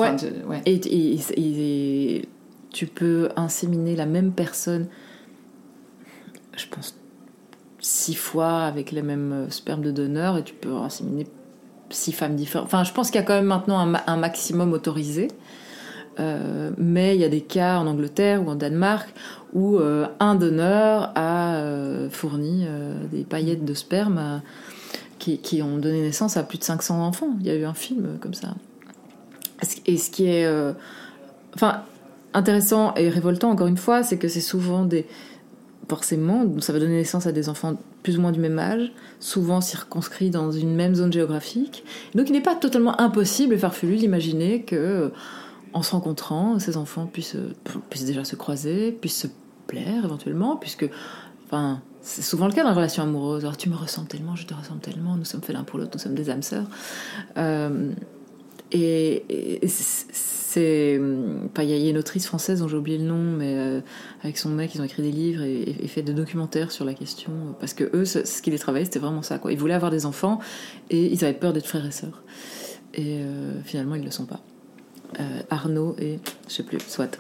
Et tu peux inséminer la même personne, je pense, 6 fois avec les mêmes spermes de donneur, et tu peux inséminer 6 femmes différentes. Enfin, je pense qu'il y a quand même maintenant un maximum autorisé. Mais il y a des cas en Angleterre ou en Danemark où un donneur a fourni des paillettes de sperme qui ont donné naissance à plus de 500 enfants. Il y a eu un film comme ça. Et ce qui est intéressant et révoltant, encore une fois, c'est que c'est souvent forcément, ça va donner naissance à des enfants plus ou moins du même âge, souvent circonscrits dans une même zone géographique. Donc il n'est pas totalement impossible et farfelu d'imaginer que en se rencontrant, ces enfants puissent déjà se croiser, puissent se plaire éventuellement, puisque c'est souvent le cas dans les relations amoureuses. Alors tu me ressembles tellement, je te ressemble tellement, nous sommes faits l'un pour l'autre, nous sommes des âmes sœurs. Et c'est... Il y a une autrice française dont j'ai oublié le nom, mais avec son mec, ils ont écrit des livres et fait des documentaires sur la question, parce que eux, ce qui les travaillait, c'était vraiment ça, quoi. Ils voulaient avoir des enfants et ils avaient peur d'être frères et sœurs. Et finalement, ils ne le sont pas. Arnaud et je sais plus, soit.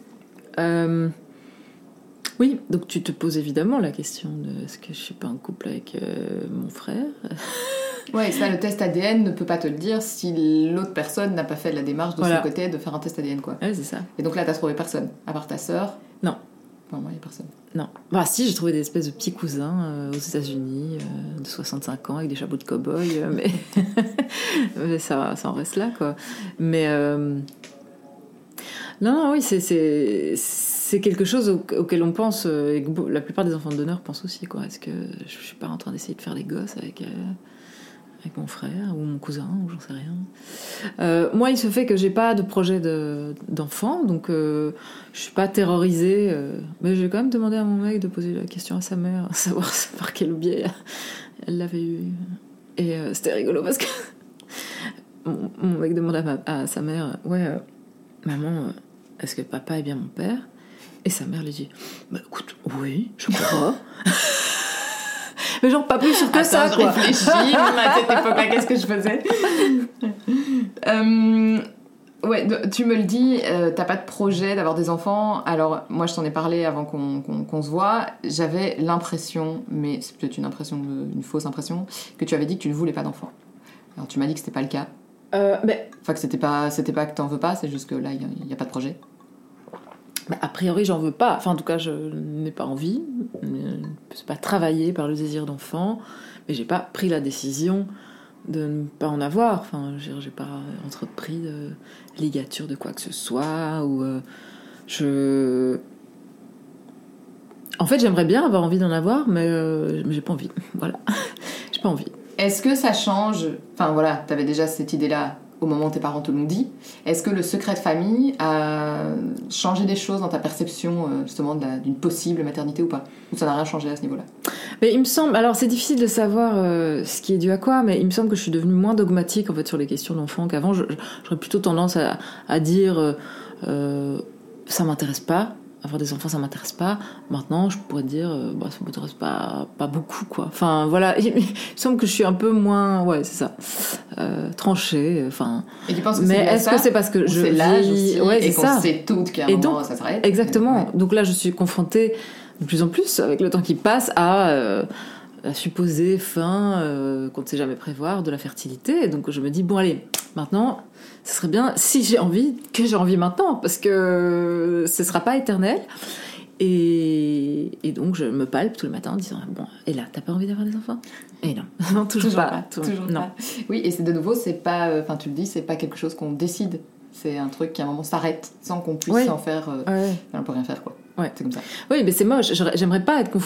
Oui, donc tu te poses évidemment la question de est-ce que je suis pas en couple avec mon frère. Ouais, ça, le test ADN ne peut pas te le dire si l'autre personne n'a pas fait la démarche de son côté de faire un test ADN, quoi. Ouais, c'est ça. Et donc là, t'as trouvé personne, à part ta sœur. Non. Enfin, moi, il y a personne. Non. Si, j'ai trouvé des espèces de petits cousins aux États-Unis de 65 ans avec des chapeaux de cow-boy, mais mais ça en reste là, quoi. Mais non, oui, c'est quelque chose auquel on pense et que la plupart des enfants de donneurs pensent aussi, quoi. Est-ce que je suis pas en train d'essayer de faire des gosses avec mon frère ou mon cousin ou j'en sais rien. Moi, il se fait que j'ai pas de projet d'enfant, donc je suis pas terrorisée, mais j'ai quand même demandé à mon mec de poser la question à sa mère, savoir par quel biais elle l'avait eu. Et c'était rigolo parce que mon mec demande à sa mère, maman, est-ce que papa est bien mon père? Et sa mère lui dit, écoute, oui, je crois. Mais genre pas plus sûr que ça, quoi. Je réfléchis, à cette époque-là, qu'est-ce que je faisais? Tu me le dis, t'as pas de projet d'avoir des enfants. Alors, moi, je t'en ai parlé avant qu'on se voit. J'avais l'impression, mais c'est peut-être une fausse impression, que tu avais dit que tu ne voulais pas d'enfants. Alors, tu m'as dit que c'était pas le cas. Enfin, que c'était pas que t'en veux pas, c'est juste que là, il y a pas de projet. A priori, j'en veux pas. Enfin, en tout cas, je n'ai pas envie. Je ne peux pas travailler par le désir d'enfant, mais j'ai pas pris la décision de ne pas en avoir. Enfin, j'ai pas entrepris de ligature de quoi que ce soit. En fait, j'aimerais bien avoir envie d'en avoir, mais j'ai pas envie. Voilà, j'ai pas envie. Est-ce que ça change? Enfin voilà, t'avais déjà cette idée-là au moment où tes parents te l'ont dit. Est-ce que le secret de famille a changé des choses dans ta perception justement d'une possible maternité ou pas? Ou ça n'a rien changé à ce niveau-là? Mais il me semble, alors c'est difficile de savoir ce qui est dû à quoi, mais il me semble que je suis devenue moins dogmatique en fait sur les questions d'enfants qu'avant. J'aurais plutôt tendance à dire ça m'intéresse pas. avoir des enfants, ça m'intéresse pas. Maintenant, je pourrais dire, ça m'intéresse pas beaucoup, quoi. Enfin, voilà. Il me semble que je suis un peu moins, ouais, c'est ça, tranchée. Enfin. Et tu penses que mais est-ce que c'est parce que c'est l'âge aussi, ouais, et qu'on ça. sait tout qu'à un moment ça s'arrête. Exactement. Ouais. Donc là, je suis confrontée de plus en plus, avec le temps qui passe, à supposer qu'on ne sait jamais prévoir de la fertilité. Et donc je me dis, bon allez, maintenant, ce serait bien, si j'ai envie, que j'ai envie maintenant, parce que ce ne sera pas éternel. Et donc je me palpe tous les matins en disant, bon, et là, t'as pas envie d'avoir des enfants ? Et non, non, toujours pas. Toujours non. pas. Oui, et c'est de nouveau, c'est pas, tu le dis, c'est pas quelque chose qu'on décide. C'est un truc qui à un moment s'arrête sans qu'on puisse en faire. On peut rien faire, quoi. Ouais. C'est comme ça. Oui, mais c'est moche. J'aimerais pas être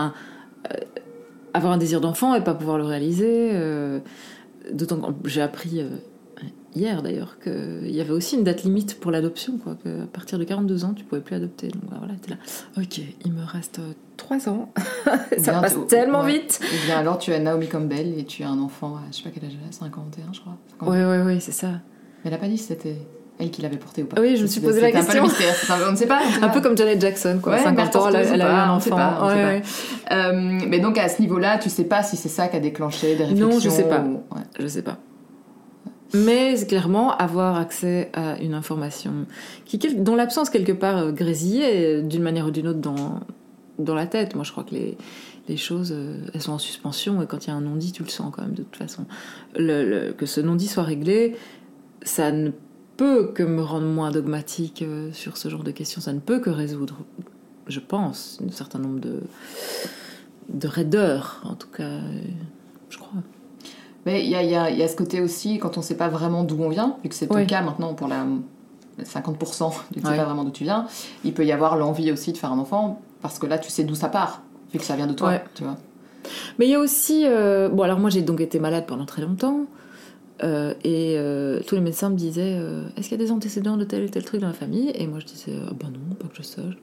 avoir un désir d'enfant et pas pouvoir le réaliser. D'autant que j'ai appris hier d'ailleurs qu'il y avait aussi une date limite pour l'adoption, quoi. Qu'à partir de 42 ans, tu pouvais plus adopter. Donc voilà, t'es là. Ok, il me reste 3 ans. Ça passe tellement vite. Et bien alors, tu as Naomi Campbell et tu as un enfant à je sais pas quel âge elle a, 51, je crois. 51. Oui, c'est ça. Mais elle a pas dit si c'était elle qui l'avait porté ou pas. Oui, je me suis posé la question. C'est un peu le mystère. On ne sait pas. Un peu comme Janet Jackson, quoi. 50 ans, elle a eu un enfant. On sait pas. Mais donc à ce niveau-là, tu sais pas si c'est ça qui a déclenché des réflexions. Non, je sais pas. Ouais. Je sais pas. Mais clairement, avoir accès à une information dont l'absence quelque part grésillait d'une manière ou d'une autre dans la tête. Moi, je crois que les choses, elles sont en suspension, et quand il y a un non-dit, tu le sens quand même de toute façon. Que ce non-dit soit réglé, ça ne peut que me rendre moins dogmatique sur ce genre de questions. Ça ne peut que résoudre, je pense, un certain nombre de raideurs, en tout cas, je crois. Mais il y a ce côté aussi, quand on ne sait pas vraiment d'où on vient, vu que c'est ton cas maintenant pour la 50%, tu ne sais pas vraiment d'où tu viens, il peut y avoir l'envie aussi de faire un enfant, parce que là, tu sais d'où ça part, vu que ça vient de toi, tu vois. Mais il y a aussi... alors moi, j'ai donc été malade pendant très longtemps, et tous les médecins me disaient est-ce qu'il y a des antécédents de tel et tel truc dans la famille ? Et moi, je disais non, pas que je sache,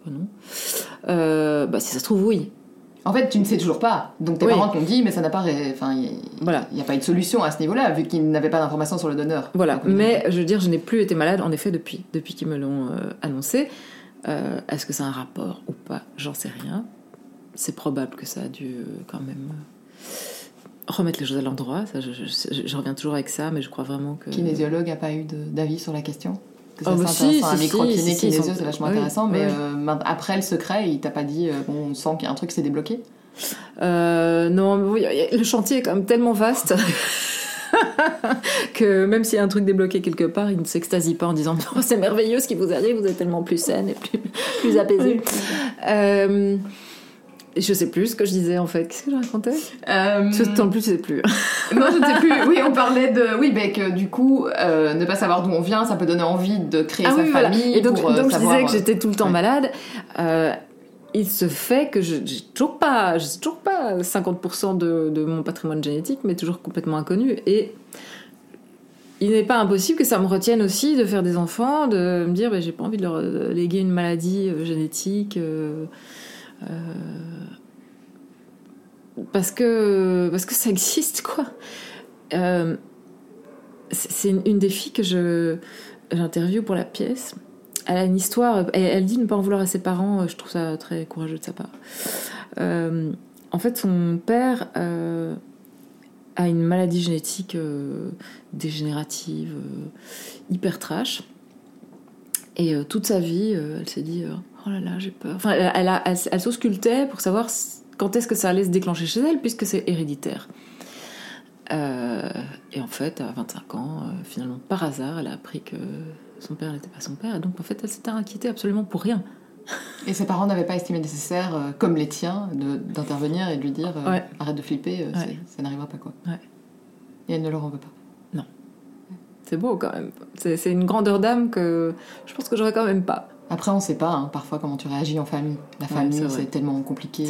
non. Si ça se trouve, oui. En fait, tu ne sais toujours pas. Donc tes parents t'ont dit, mais ça n'a pas... Enfin, il n'y a pas eu de solution à ce niveau-là, vu qu'ils n'avaient pas d'informations sur le donneur. Voilà, donc, mais je veux dire, je n'ai plus été malade, en effet, depuis qu'ils me l'ont annoncé. Est-ce que ça a un rapport ou pas ? J'en sais rien. C'est probable que ça a dû quand même remettre les choses à l'endroit. Ça, je reviens toujours avec ça, mais je crois vraiment que... Kinésiologue n'a pas eu d'avis sur la question ? C'est intéressant, un micro-kiné, kinésio, c'est vachement intéressant, mais après le secret, il t'a pas dit on sent qu'il y a un truc qui s'est débloqué ? Non, le chantier est quand même tellement vaste que même s'il y a un truc débloqué quelque part, il ne s'extasie pas en disant oh, c'est merveilleux ce qui vous arrive, vous êtes tellement plus saine et plus apaisée. Je sais plus ce que je disais en fait. Qu'est-ce que je racontais ? En plus, je sais plus. Non, je ne sais plus. Oui, on parlait de... Oui, que du coup, ne pas savoir d'où on vient, ça peut donner envie de créer sa famille. Voilà. Et donc je disais que j'étais tout le temps malade. Il se fait que j'ai toujours pas 50% de mon patrimoine génétique, mais toujours complètement inconnu. Et il n'est pas impossible que ça me retienne aussi de faire des enfants, de me dire j'ai pas envie de leur léguer une maladie génétique... parce que ça existe, quoi. C'est une des filles que j'interviewe pour la pièce. Elle a une histoire, elle dit ne pas en vouloir à ses parents. Je trouve ça très courageux de sa part. En fait, son père a une maladie génétique dégénérative, hyper trash, et toute sa vie elle s'est dit oh là là, j'ai peur. Enfin, elle s'auscultait pour savoir quand est-ce que ça allait se déclencher chez elle, puisque c'est héréditaire. Et en fait, à 25 ans, finalement, par hasard, elle a appris que son père n'était pas son père. Et donc, en fait, elle s'était inquiétée absolument pour rien. Et ses parents n'avaient pas estimé nécessaire, comme les tiens, d'intervenir et de lui dire arrête de flipper, ça n'arrivera pas, quoi. Ouais. Et elle ne leur en veut pas. Non. C'est beau, quand même. C'est une grandeur d'âme que je pense que j'aurais quand même pas. Après, on ne sait pas, parfois, comment tu réagis en famille. La famille, c'est tellement compliqué.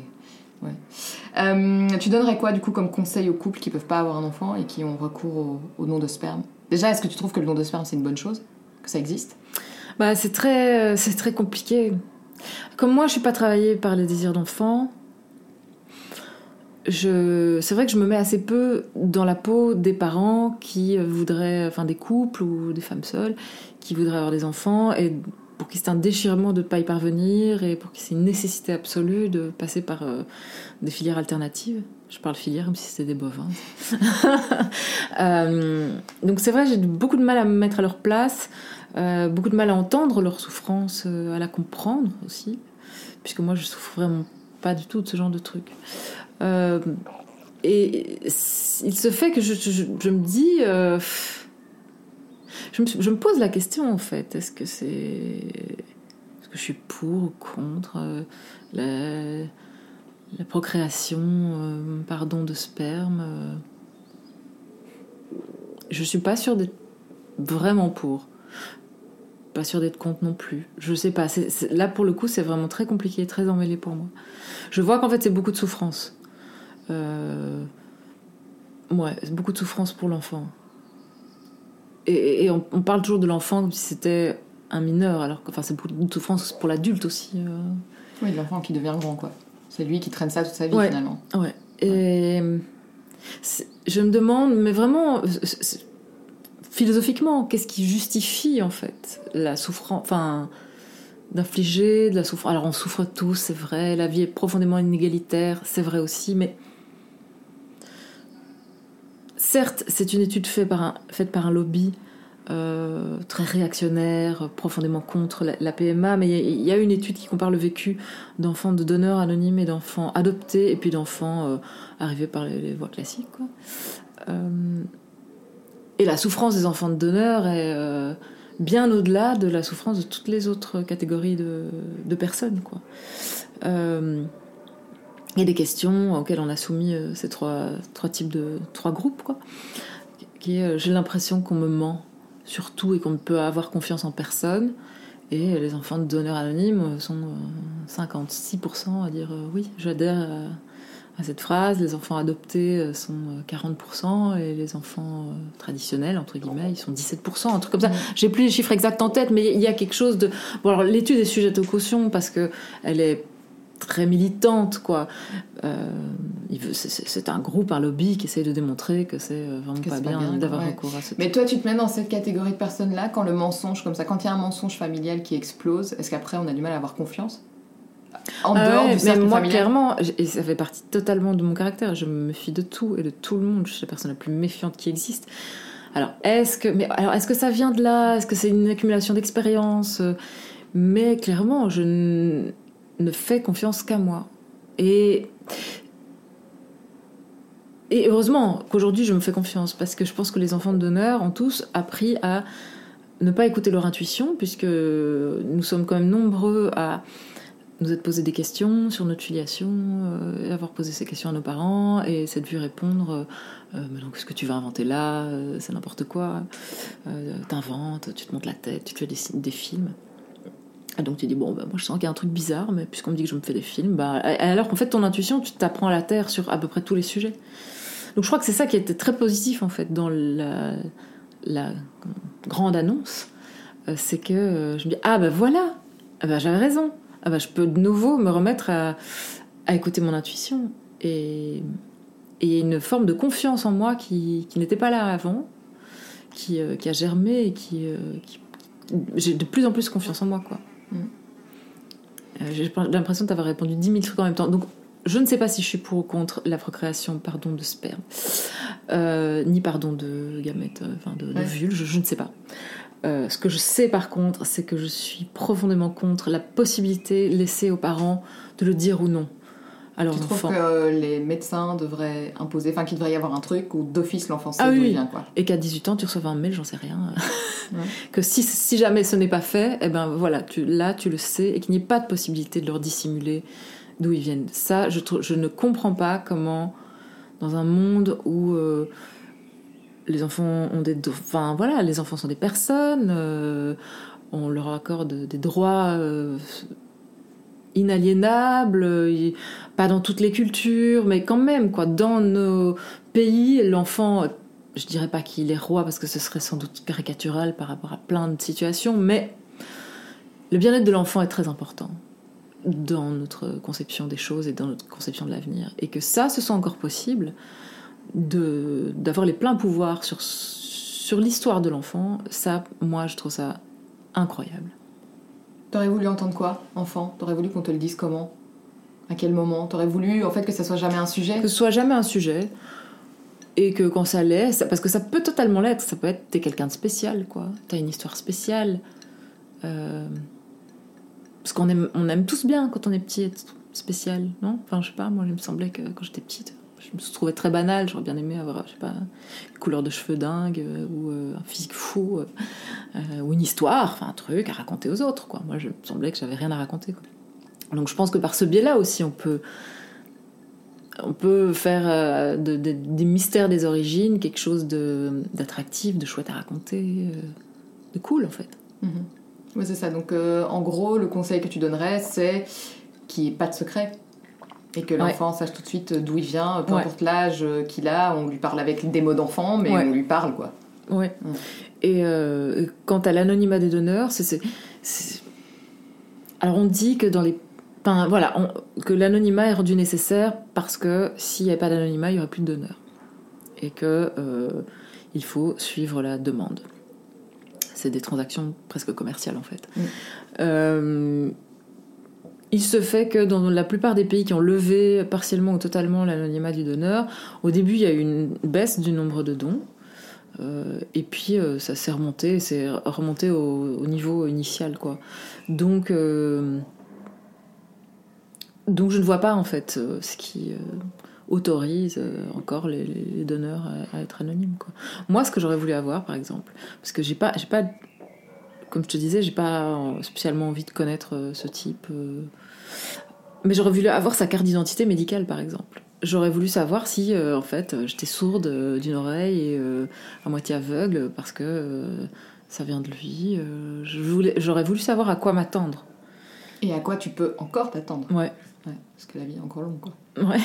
Tu donnerais quoi, du coup, comme conseil aux couples qui ne peuvent pas avoir un enfant et qui ont recours au don de sperme ? Déjà, est-ce que tu trouves que le don de sperme, c'est une bonne chose ? Que ça existe ? C'est très compliqué. Comme moi, je ne suis pas travaillée par les désirs d'enfant, c'est vrai que je me mets assez peu dans la peau des parents qui voudraient, enfin des couples ou des femmes seules qui voudraient avoir des enfants, et pour qui c'est un déchirement de ne pas y parvenir et pour qui c'est une nécessité absolue de passer par des filières alternatives. Je parle filière comme si c'était des bovins. Donc c'est vrai, j'ai beaucoup de mal à me mettre à leur place, beaucoup de mal à entendre leur souffrance, à la comprendre aussi, puisque moi je souffre vraiment pas du tout de ce genre de trucs. Et il se fait que je me dis... Je me pose la question en fait, est-ce que je suis pour ou contre la procréation par don de sperme? Je suis pas sûre d'être vraiment pour, pas sûre d'être contre non plus. Je sais pas. Là pour le coup c'est vraiment très compliqué, très emmêlé pour moi. Je vois qu'en fait c'est beaucoup de souffrance. C'est beaucoup de souffrance pour l'enfant. Et on parle toujours de l'enfant comme si c'était un mineur, alors que c'est beaucoup de souffrance pour l'adulte aussi. Oui, l'enfant qui devient grand, quoi. C'est lui qui traîne ça toute sa vie, finalement. Ouais. Et je me demande, mais vraiment, philosophiquement, qu'est-ce qui justifie, en fait, la souffrance, enfin, d'infliger de la souffrance. Alors, on souffre tous, c'est vrai, la vie est profondément inégalitaire, c'est vrai aussi, mais... Certes, c'est une étude faite par un lobby très réactionnaire, profondément contre la PMA, mais il y a une étude qui compare le vécu d'enfants de donneurs anonymes et d'enfants adoptés, et puis d'enfants arrivés par les voies classiques, quoi. Et la souffrance des enfants de donneurs est bien au-delà de la souffrance de toutes les autres catégories de personnes, quoi. Il y a des questions auxquelles on a soumis ces trois groupes, quoi. J'ai l'impression qu'on me ment surtout et qu'on ne peut avoir confiance en personne. Et les enfants de donneurs anonymes sont 56% à dire oui, j'adhère à cette phrase. Les enfants adoptés sont 40% et les enfants traditionnels, entre guillemets, ils sont 17%, un truc comme ça. J'ai plus les chiffres exacts en tête, mais il y a quelque chose de... Bon, alors l'étude est sujette aux cautions parce qu'elle est très militante, quoi. C'est un groupe, un lobby qui essaie de démontrer que c'est vraiment pas bien d'avoir recours à ce... Mais toi, tu te mets dans cette catégorie de personnes-là quand le mensonge, comme ça, quand il y a un mensonge familial qui explose, est-ce qu'après on a du mal à avoir confiance en dehors du cercle moi, familial? clairement, et ça fait partie totalement de mon caractère, je me méfie de tout et de tout le monde, je suis la personne la plus méfiante qui existe. Alors, est-ce que ça vient de là? Est-ce que c'est une accumulation d'expérience? Mais clairement, je ne fais confiance qu'à moi. Et heureusement qu'aujourd'hui je me fais confiance, parce que je pense que les enfants de donneurs ont tous appris à ne pas écouter leur intuition, puisque nous sommes quand même nombreux à nous être posé des questions sur notre filiation, avoir posé ces questions à nos parents et s'être vu répondre mais donc ce que tu vas inventer là, c'est n'importe quoi, t'inventes, tu te montes la tête, tu te fais des films. Et donc tu dis moi je sens qu'il y a un truc bizarre, mais puisqu'on me dit que je me fais des films, alors qu'en fait ton intuition, tu t'apprends à la terre sur à peu près tous les sujets. Donc je crois que c'est ça qui était très positif en fait dans la grande annonce, c'est que je me dis voilà, j'avais raison, je peux de nouveau me remettre à écouter mon intuition, et une forme de confiance en moi qui n'était pas là avant, qui a germé et qui j'ai de plus en plus confiance en moi, quoi. J'ai l'impression d'avoir répondu 10 000 trucs en même temps. Donc je ne sais pas si je suis pour ou contre la procréation par don de sperme, ni par don de gamètes, de vulve, je ne sais pas. Ce que je sais par contre, c'est que je suis profondément contre la possibilité laissée aux parents de le dire ou non à leurs enfants. Tu trouves que les médecins devraient imposer, qu'il devrait y avoir un truc où d'office l'enfant sait d'où il vient, quoi. Et qu'à 18 ans tu reçois un mail, j'en sais rien. Que si jamais ce n'est pas fait, tu le sais, et qu'il n'y ait pas de possibilité de leur dissimuler d'où ils viennent. Ça, je ne comprends pas comment, dans un monde où les enfants ont les enfants sont des personnes, on leur accorde des droits inaliénables, pas dans toutes les cultures, mais quand même, quoi. Dans nos pays, l'enfant, je dirais pas qu'il est roi parce que ce serait sans doute caricatural par rapport à plein de situations, mais le bien-être de l'enfant est très important dans notre conception des choses et dans notre conception de l'avenir, et que ça, ce soit encore possible d'avoir les pleins pouvoirs sur l'histoire de l'enfant, ça, moi, je trouve ça incroyable. T'aurais voulu entendre quoi, enfant? T'aurais voulu qu'on te le dise comment? À quel moment? T'aurais voulu, en fait, que ça soit jamais un sujet? Que ce soit jamais un sujet. Et que quand ça l'est, parce que ça peut totalement l'être, ça peut être t'es quelqu'un de spécial, quoi. T'as une histoire spéciale. Parce qu'on aime tous bien quand on est petit être spécial, non? Enfin, je sais pas, moi, il me semblait que quand j'étais petite, je me trouvais très banale. J'aurais bien aimé avoir, je sais pas, une couleur de cheveux dingue, ou un physique fou, ou une histoire, enfin un truc à raconter aux autres, quoi. Moi, je me semblait que j'avais rien à raconter, quoi. Donc je pense que par ce biais-là aussi, on peut faire des mystères des origines quelque chose d'attractif, de chouette à raconter, de cool, en fait. Oui, c'est ça. Donc, en gros, le conseil que tu donnerais, c'est qu'il n'y ait pas de secret. Et que l'enfant sache tout de suite d'où il vient, peu importe l'âge qu'il a. On lui parle avec des mots d'enfant, mais on lui parle, quoi. Ouais. Et quant à l'anonymat des donneurs, alors on dit que que l'anonymat est rendu nécessaire parce que s'il n'y avait pas d'anonymat, il n'y aurait plus de donneurs. Et que il faut suivre la demande. C'est des transactions presque commerciales, en fait. Il se fait que dans la plupart des pays qui ont levé partiellement ou totalement l'anonymat du donneur, au début, il y a eu une baisse du nombre de dons. Et puis, ça s'est remonté au niveau initial, quoi. Donc, je ne vois pas, en fait, ce qui autorise encore les donneurs à être anonymes, quoi. Moi, ce que j'aurais voulu avoir, par exemple, parce que j'ai pas, comme je te disais, j'ai pas spécialement envie de connaître ce type, mais j'aurais voulu avoir sa carte d'identité médicale, par exemple. J'aurais voulu savoir si, en fait, j'étais sourde d'une oreille et à moitié aveugle parce que ça vient de lui. J'aurais voulu savoir à quoi m'attendre. Et à quoi tu peux encore t'attendre. Ouais. Parce que la vie est encore longue, quoi. Ouais.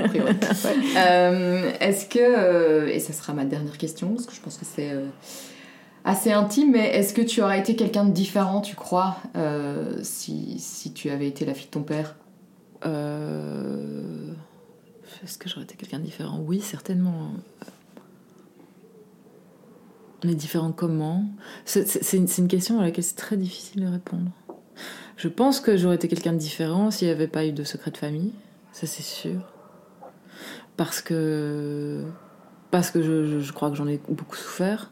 Est-ce que, et ça sera ma dernière question, parce que je pense que c'est assez intime, mais est-ce que tu aurais été quelqu'un de différent, tu crois, si tu avais été la fille de ton père? Est-ce que j'aurais été quelqu'un de différent? Oui, certainement. On est différent comment? C'est une question à laquelle c'est très difficile de répondre. Je pense que j'aurais été quelqu'un de différent s'il n'y avait pas eu de secret de famille, ça c'est sûr. Parce que je crois que j'en ai beaucoup souffert.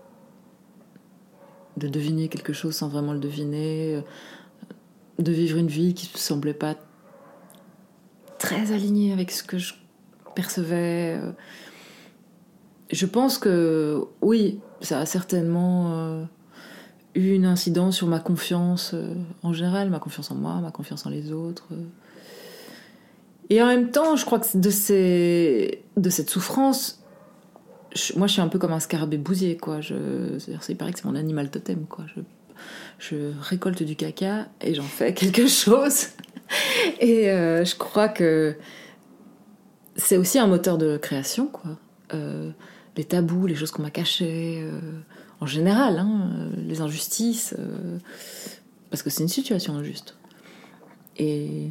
De deviner quelque chose sans vraiment le deviner, de vivre une vie qui ne semblait pas très alignée avec ce que je percevais. Je pense que, oui, ça a certainement eu une incidence sur ma confiance en général, ma confiance en moi, ma confiance en les autres. Et en même temps, je crois que de cette souffrance, moi je suis un peu comme un scarabée bousier, quoi. Il paraît que c'est mon animal totem, quoi. Je récolte du caca et j'en fais quelque chose. Et je crois que c'est aussi un moteur de création, quoi. Les tabous, les choses qu'on m'a cachées, en général, les injustices, parce que c'est une situation injuste. Et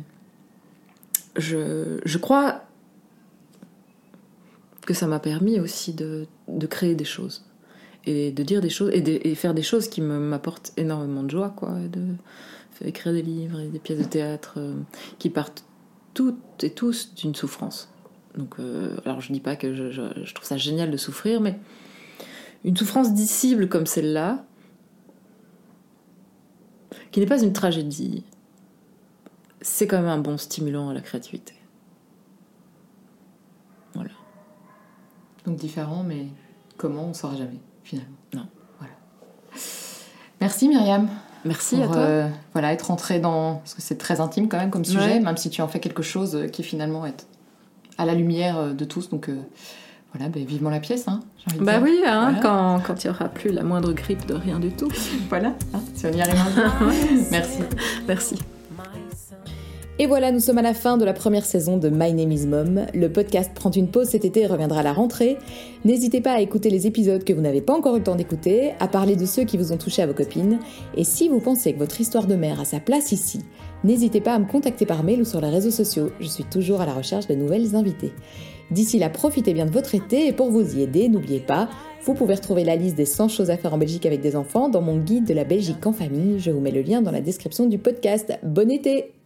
je crois que ça m'a permis aussi de créer des choses et de dire des choses et faire des choses qui m'apportent énormément de joie, quoi. Écrire des livres et des pièces de théâtre qui partent toutes et tous d'une souffrance. Donc, alors je dis pas que je trouve ça génial de souffrir, mais une souffrance dissible comme celle-là, qui n'est pas une tragédie, c'est quand même un bon stimulant à la créativité. Voilà. Donc différent, mais comment, on ne saura jamais, finalement. Non. Voilà. Merci Myriam. Merci à toi. Voilà, être rentrée dans... Parce que c'est très intime quand même comme sujet, même si tu en fais quelque chose qui finalement est à la lumière de tous. Donc voilà, vivement la pièce, j'ai envie de dire. Oui, voilà. quand il n'y aura plus la moindre grippe de rien du tout. Voilà, si on y arrive un jour. Merci. Merci. Et voilà, nous sommes à la fin de la première saison de My Name is Mom. Le podcast prend une pause cet été et reviendra à la rentrée. N'hésitez pas à écouter les épisodes que vous n'avez pas encore eu le temps d'écouter, à parler de ceux qui vous ont touché à vos copines. Et si vous pensez que votre histoire de mère a sa place ici, n'hésitez pas à me contacter par mail ou sur les réseaux sociaux. Je suis toujours à la recherche de nouvelles invitées. D'ici là, profitez bien de votre été et pour vous y aider, n'oubliez pas, Vous pouvez retrouver la liste des 100 choses à faire en Belgique avec des enfants dans mon guide de la Belgique en famille. Je vous mets le lien dans la description du podcast. Bon été!